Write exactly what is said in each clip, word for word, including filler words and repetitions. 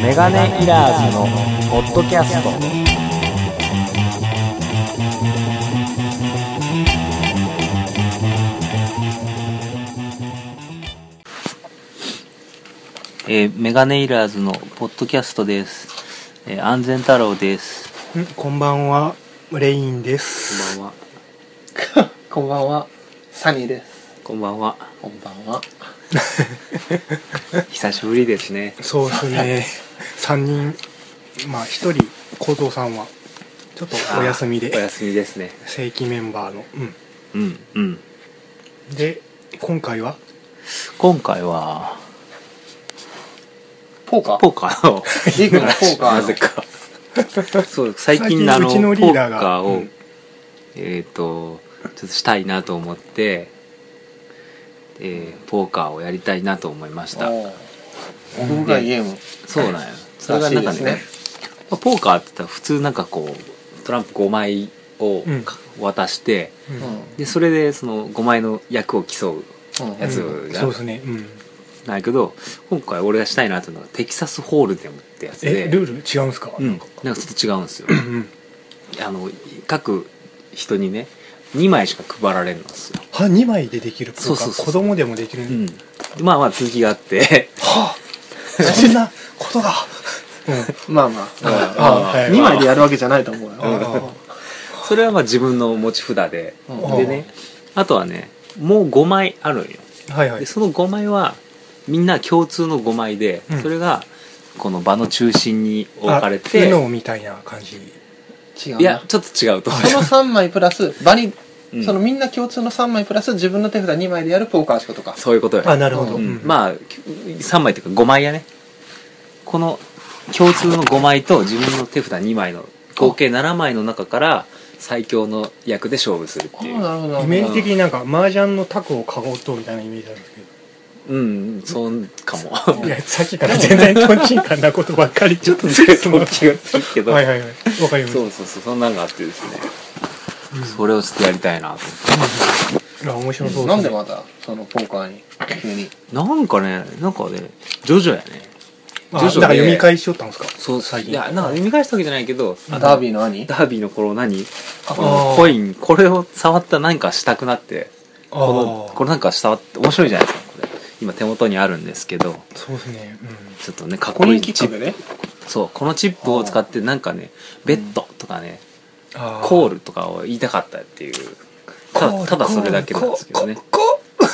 メガネイラーズのポッドキャスト。えー、メガネイラーズのポッドキャストです。えー、安全太郎です。 んこんばんは、レインです。 こんばんは。 こんばんは、サニーです。 こんばんは。 こんばんは。 久しぶりですね。 そうですね。さんにん、まあひとり小僧さんはちょっとお休みで、 お休みですね。 正規メンバーの、 うんうんうん。 で今回は今回はポーカー。 ポーカーをリークのポーカーのなぜかそう最近あの最近うちのリーダーがポーカーを、 うんえっ、ー、とちょっとしたいなと思って、えー、ポーカーをやりたいなと思いました。 おー僕がゲーム。 そうなんよ。それがなんかね、 ねまあ、ポーカーって言ったら普通なんかこうトランプごまいを渡して、 うんうんでそれでそのごまいの役を競うやつうんがそうですね、うん、 ないけど、今回俺がしたいなというのがテキサスホールデムってやつで、 えルール違うんですか？ うん、なんかちょっと違うんですよ。 うんあの各人にねにまいしか配られるんですよ。 はにまいでできるポーカー。 そうそうそう子供でもできる、 うん、でまあまあ続きがあってはあそんなことが、うん、 まあまあ。 あはいにまいでやるわけじゃないと思うよ。 あそれはまあ自分の持ち札で、 うんでね、あとはねもうごまいあるんよ。 はいはいでそのごまいはみんな共通のごまいで、 うんそれがこの場の中心に置かれあて、 ウノみたいな感じ。 違うな。 いやちょっと違うと思う。 そのさんまいプラス、場に、 うんそのみんな共通のさんまいプラス自分の手札にまいでやるポーカーってことか。 そういうことよ。 あなるほど、 ううんんまあさんまいっていうかごまいやね。この共通のごまいと自分の手札にまいの合計ななまいの中から最強の役で勝負するっていう。 あなるほど。 イメージ的になんか麻雀のタコをかごうとみたいなイメージなんですけど、 うんそうかも。 いやさっきから全然とんちんかんなことばっかりちょっとずつ気がするけど、 はいはいはいわかります。 そうそうそうそんなのがあってですね、それをちょっとやりたいなと思って。 あ面白そうですね。 なんでまた、そのポーカーに、急に。 なんかねなんかねジョジョやね。 あ徐々にだから読み返しよったんですか？ そう最近。 いやなんか読み返したわけじゃないけど、 あダービーの兄ダービーの頃何あこのコインこれを触ったら何かしたくなってあーこのこれなんか触って面白いじゃないですか。これ今手元にあるんですけど、 そうですね。 ちょっとねかっコインキこいいチップ。 ックでね。 そうこのチップを使ってなんかねベッドとかね、 うん、あコールとかを言いたかったっていう、ただただそれだけなんですけどね。 ここ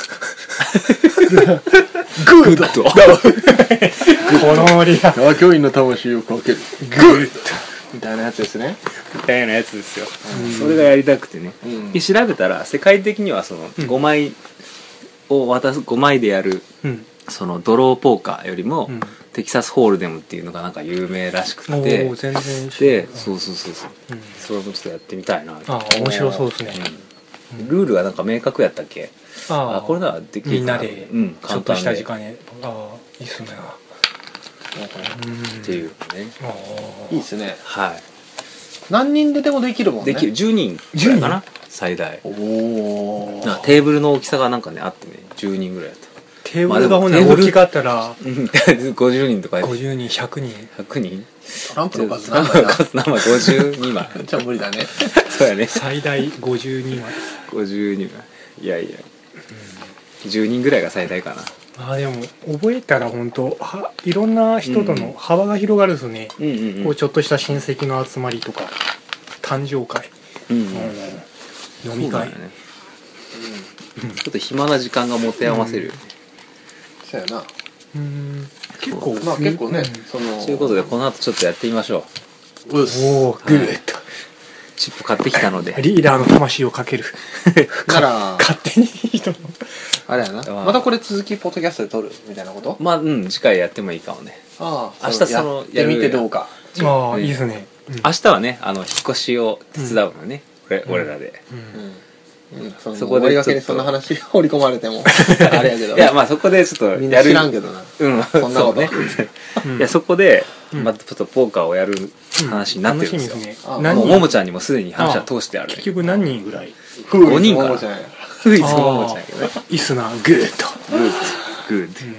グッドこのリア縄教員の魂をかける。 グッみたいなやつですね。 みたいなやつですよ。それがやりたくてね。 うんで調べたら世界的にはそのごまいを渡すごまいでやるドうんそのドローポーカーよりも、 うんテキサスホールデムっていうのがなんか有名らしくおて、 ー全然知らないでそうそうそうそう、 うんそれもちょっとやってみたいなと。 あ面白そうですね。 うんルールがなんか明確やったっけ？ ああこれならできるみんなでうんちょっとした時簡間で、ああいいっすね。うん単でっていうね。 あいいですね。 は何人ででもできるもんね。 いできるじゅうにんぐらいかな最大。 おお。 なんかテーブルの大きさがなんかねあってねじゅうにんぐらいやった。 テーブルがほんなまあでもら大きかったらうんごじゅうにんとかごじゅうにんひゃくにんひゃくにんトランプの数トランプの数何枚ごじゅうにまいじゃあ無理だね。 そうやね最大ごじゅうにまい。 ごじゅうにまいいやいや、じゅうにんぐらいが最大かな。 あでも覚えたら本当はいろんな人との幅が広がるですね、 うんうんうんこうちょっとした親戚の集まりとか誕生会、 うんうんうん飲み会、 そうだよねちょっと暇な時間が持て余せるよね。 そうやな。 うん結構まあ結構ねうん、 その。 ということでこの後ちょっとやってみましょう。 うっす。 おおグッド、 チップ買ってきたのでリーダーの魂をかけるなら、 勝手に人のあれやな。 あまたこれ続きポッドキャストで撮るみたいなこと？ まあうん次回やってもいいかもね。 ああ、 明日そのやってみてどうか。 ああねいいですね、うん明日はねあの引っ越しを手伝うのね、俺俺らで。 うんうん。うん、そのそこで終わりがけにちょっとそんな話放り込まれてもあれやけど。 いやまあそこでちょっとみんなやる知らんけどな。 うんそんなことそうねうんいやそこでうんまたちょっとポーカーをやる話になってるんですよ。 楽しみですね。 あ何人もうももちゃんにもすでに話は通してあるね。 結局何人ぐらい？ ごにんかなももちゃんやクイズももちゃんやけどね。 いいっすなグッド、 グッドグッド。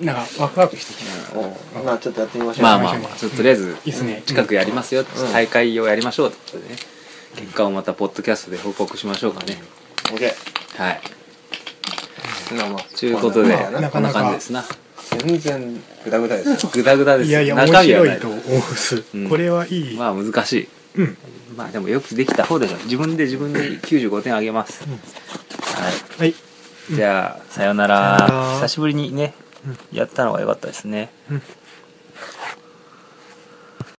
なんかワクワクしてきた。 おうまあちょっとやってみましょう。 まあまあまあちょっととりあえずいいっすね近くやりますよ、 うん大会をやりましょうってことでね、結果をまたポッドキャストで報告しましょうかね。 オッケはいー。まあまあということで、 まあなこんなかなか感じですな。 全然グダグダですよ。 グダグダですいやいや面中身はない白いと思うっす、 うんこれはいい、 まあ難しい。 うんまあでもよくできた方でしょ。自分で自分にきゅうじゅうごてんあげます、はいはいじゃあさよなさよならら久しぶりにね、やったのが良かったですね。 うん